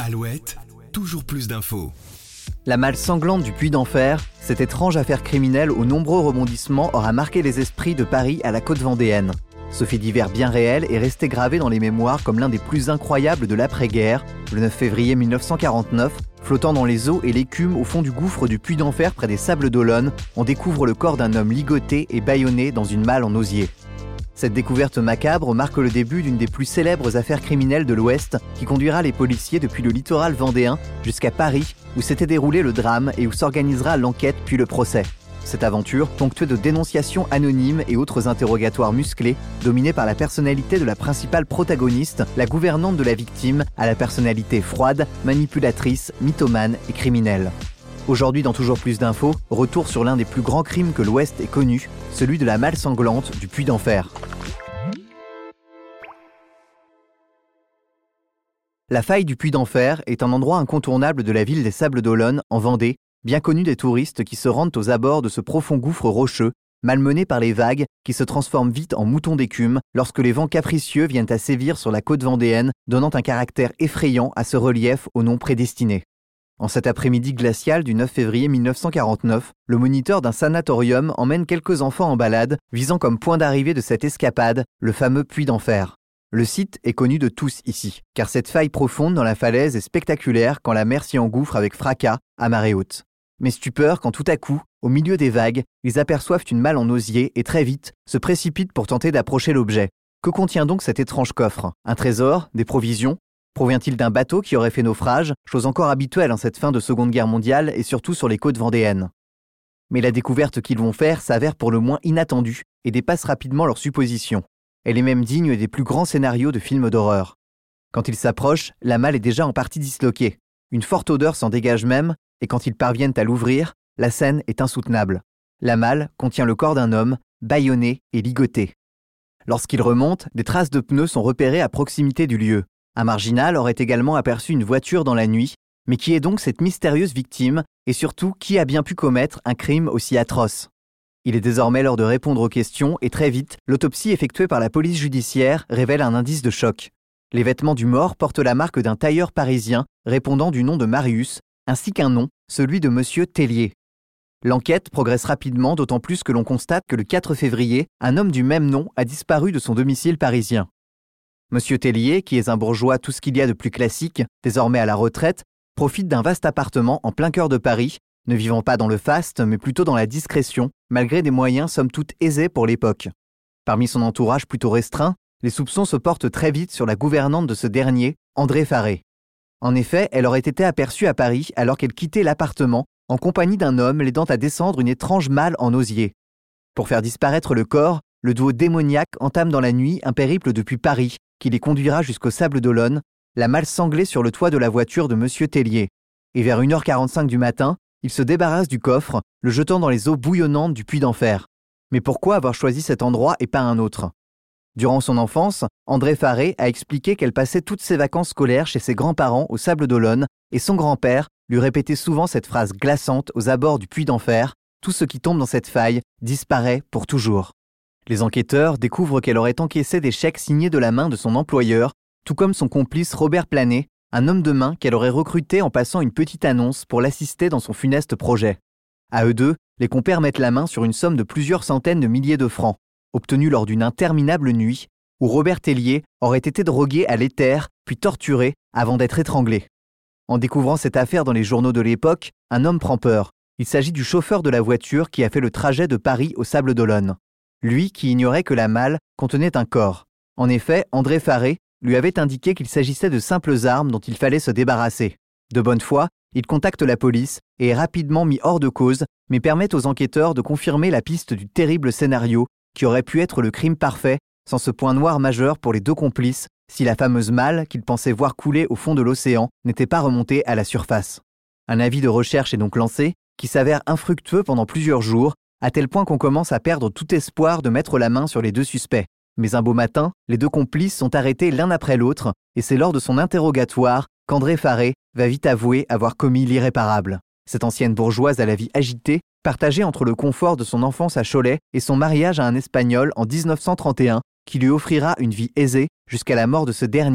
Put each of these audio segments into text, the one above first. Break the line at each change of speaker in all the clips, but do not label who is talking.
Alouette, toujours plus d'infos.
La malle sanglante du Puy d'Enfer, cette étrange affaire criminelle aux nombreux rebondissements aura marqué les esprits de Paris à la côte vendéenne. Ce fait divers bien réel est resté gravé dans les mémoires comme l'un des plus incroyables de l'après-guerre, le 9 février 1949, flottant dans les eaux et l'écume au fond du gouffre du Puy d'Enfer près des Sables d'Olonne, on découvre le corps d'un homme ligoté et bâillonné dans une malle en osier. Cette découverte macabre marque le début d'une des plus célèbres affaires criminelles de l'Ouest qui conduira les policiers depuis le littoral vendéen jusqu'à Paris où s'était déroulé le drame et où s'organisera l'enquête puis le procès. Cette aventure, ponctuée de dénonciations anonymes et autres interrogatoires musclés, dominée par la personnalité de la principale protagoniste, la gouvernante de la victime, à la personnalité froide, manipulatrice, mythomane et criminelle. Aujourd'hui, dans Toujours plus d'infos, retour sur l'un des plus grands crimes que l'Ouest ait connu, celui de la malle sanglante du Puy d'Enfer. La faille du Puy d'Enfer est un endroit incontournable de la ville des Sables d'Olonne, en Vendée, bien connu des touristes qui se rendent aux abords de ce profond gouffre rocheux, malmené par les vagues qui se transforment vite en moutons d'écume lorsque les vents capricieux viennent à sévir sur la côte vendéenne, donnant un caractère effrayant à ce relief au nom prédestiné. En cet après-midi glacial du 9 février 1949, le moniteur d'un sanatorium emmène quelques enfants en balade, visant comme point d'arrivée de cette escapade le fameux Puy d'Enfer. Le site est connu de tous ici, car cette faille profonde dans la falaise est spectaculaire quand la mer s'y engouffre avec fracas à marée haute. Mais stupeur quand tout à coup, au milieu des vagues, ils aperçoivent une malle en osier et très vite se précipitent pour tenter d'approcher l'objet. Que contient donc cet étrange coffre ? Un trésor ? Des provisions ? Provient-il d'un bateau qui aurait fait naufrage, chose encore habituelle en cette fin de Seconde Guerre mondiale et surtout sur les côtes vendéennes. Mais la découverte qu'ils vont faire s'avère pour le moins inattendue et dépasse rapidement leurs suppositions. Elle est même digne des plus grands scénarios de films d'horreur. Quand ils s'approchent, la malle est déjà en partie disloquée. Une forte odeur s'en dégage même, et quand ils parviennent à l'ouvrir, la scène est insoutenable. La malle contient le corps d'un homme, bâillonné et ligoté. Lorsqu'ils remontent, des traces de pneus sont repérées à proximité du lieu. Un marginal aurait également aperçu une voiture dans la nuit, mais qui est donc cette mystérieuse victime, et surtout qui a bien pu commettre un crime aussi atroce ? Il est désormais l'heure de répondre aux questions, et très vite, l'autopsie effectuée par la police judiciaire révèle un indice de choc. Les vêtements du mort portent la marque d'un tailleur parisien répondant du nom de Marius, ainsi qu'un nom, celui de Monsieur Tellier. L'enquête progresse rapidement, d'autant plus que l'on constate que le 4 février, un homme du même nom a disparu de son domicile parisien. Monsieur Tellier, qui est un bourgeois tout ce qu'il y a de plus classique, désormais à la retraite, profite d'un vaste appartement en plein cœur de Paris, ne vivant pas dans le faste, mais plutôt dans la discrétion, malgré des moyens somme toute aisés pour l'époque. Parmi son entourage plutôt restreint, les soupçons se portent très vite sur la gouvernante de ce dernier, André Farré. En effet, elle aurait été aperçue à Paris alors qu'elle quittait l'appartement, en compagnie d'un homme l'aidant à descendre une étrange malle en osier. Pour faire disparaître le corps, le duo démoniaque entame dans la nuit un périple depuis Paris, qui les conduira jusqu'aux Sables d'Olonne, la malle sanglée sur le toit de la voiture de Monsieur Tellier. Et vers 1h45 du matin, il se débarrasse du coffre, le jetant dans les eaux bouillonnantes du Puy d'Enfer. Mais pourquoi avoir choisi cet endroit et pas un autre ? Durant son enfance, André Farré a expliqué qu'elle passait toutes ses vacances scolaires chez ses grands-parents aux Sables d'Olonne et son grand-père lui répétait souvent cette phrase glaçante aux abords du Puy d'Enfer : « Tout ce qui tombe dans cette faille disparaît pour toujours ». Les enquêteurs découvrent qu'elle aurait encaissé des chèques signés de la main de son employeur, tout comme son complice Robert Planet, un homme de main qu'elle aurait recruté en passant une petite annonce pour l'assister dans son funeste projet. À eux deux, les compères mettent la main sur une somme de plusieurs centaines de milliers de francs, obtenue lors d'une interminable nuit où Robert Tellier aurait été drogué à l'éther puis torturé avant d'être étranglé. En découvrant cette affaire dans les journaux de l'époque, un homme prend peur. Il s'agit du chauffeur de la voiture qui a fait le trajet de Paris aux Sables d'Olonne. Lui qui ignorait que la malle contenait un corps. En effet, André Farré lui avait indiqué qu'il s'agissait de simples armes dont il fallait se débarrasser. De bonne foi, il contacte la police et est rapidement mis hors de cause, mais permet aux enquêteurs de confirmer la piste du terrible scénario qui aurait pu être le crime parfait sans ce point noir majeur pour les deux complices si la fameuse malle qu'ils pensaient voir couler au fond de l'océan n'était pas remontée à la surface. Un avis de recherche est donc lancé, qui s'avère infructueux pendant plusieurs jours, à tel point qu'on commence à perdre tout espoir de mettre la main sur les deux suspects. Mais un beau matin, les deux complices sont arrêtés l'un après l'autre, et c'est lors de son interrogatoire qu'André Farré va vite avouer avoir commis l'irréparable. Cette ancienne bourgeoise à la vie agitée, partagée entre le confort de son enfance à Cholet et son mariage à un Espagnol en 1931, qui lui offrira une vie aisée jusqu'à la mort de ce dernier,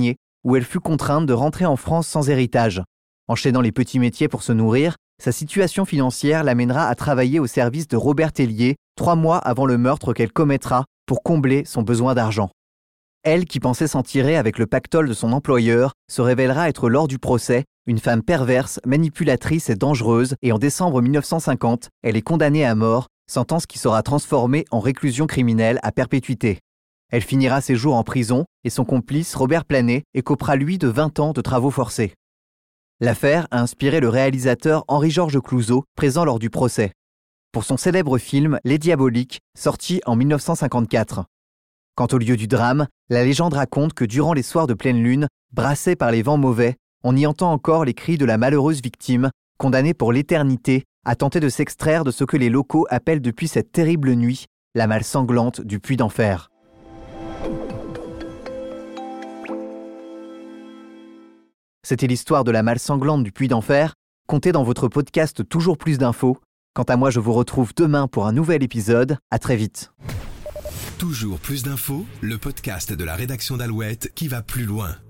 où elle fut contrainte de rentrer en France sans héritage. Enchaînant les petits métiers pour se nourrir, sa situation financière l'amènera à travailler au service de Robert Tellier 3 mois avant le meurtre qu'elle commettra pour combler son besoin d'argent. Elle, qui pensait s'en tirer avec le pactole de son employeur, se révélera être lors du procès une femme perverse, manipulatrice et dangereuse, et en décembre 1950, elle est condamnée à mort, sentence qui sera transformée en réclusion criminelle à perpétuité. Elle finira ses jours en prison et son complice, Robert Planet, écopera lui de 20 ans de travaux forcés. L'affaire a inspiré le réalisateur Henri-Georges Clouzot, présent lors du procès, pour son célèbre film Les Diaboliques, sorti en 1954. Quant au lieu du drame, la légende raconte que durant les soirs de pleine lune, brassés par les vents mauvais, on y entend encore les cris de la malheureuse victime, condamnée pour l'éternité à tenter de s'extraire de ce que les locaux appellent depuis cette terrible nuit la malle sanglante du puits d'enfer. C'était l'histoire de la malle sanglante du puits d'enfer, contée dans votre podcast Toujours plus d'infos. Quant à moi, je vous retrouve demain pour un nouvel épisode. À très vite.
Toujours plus d'infos, le podcast de la rédaction d'Alouette qui va plus loin.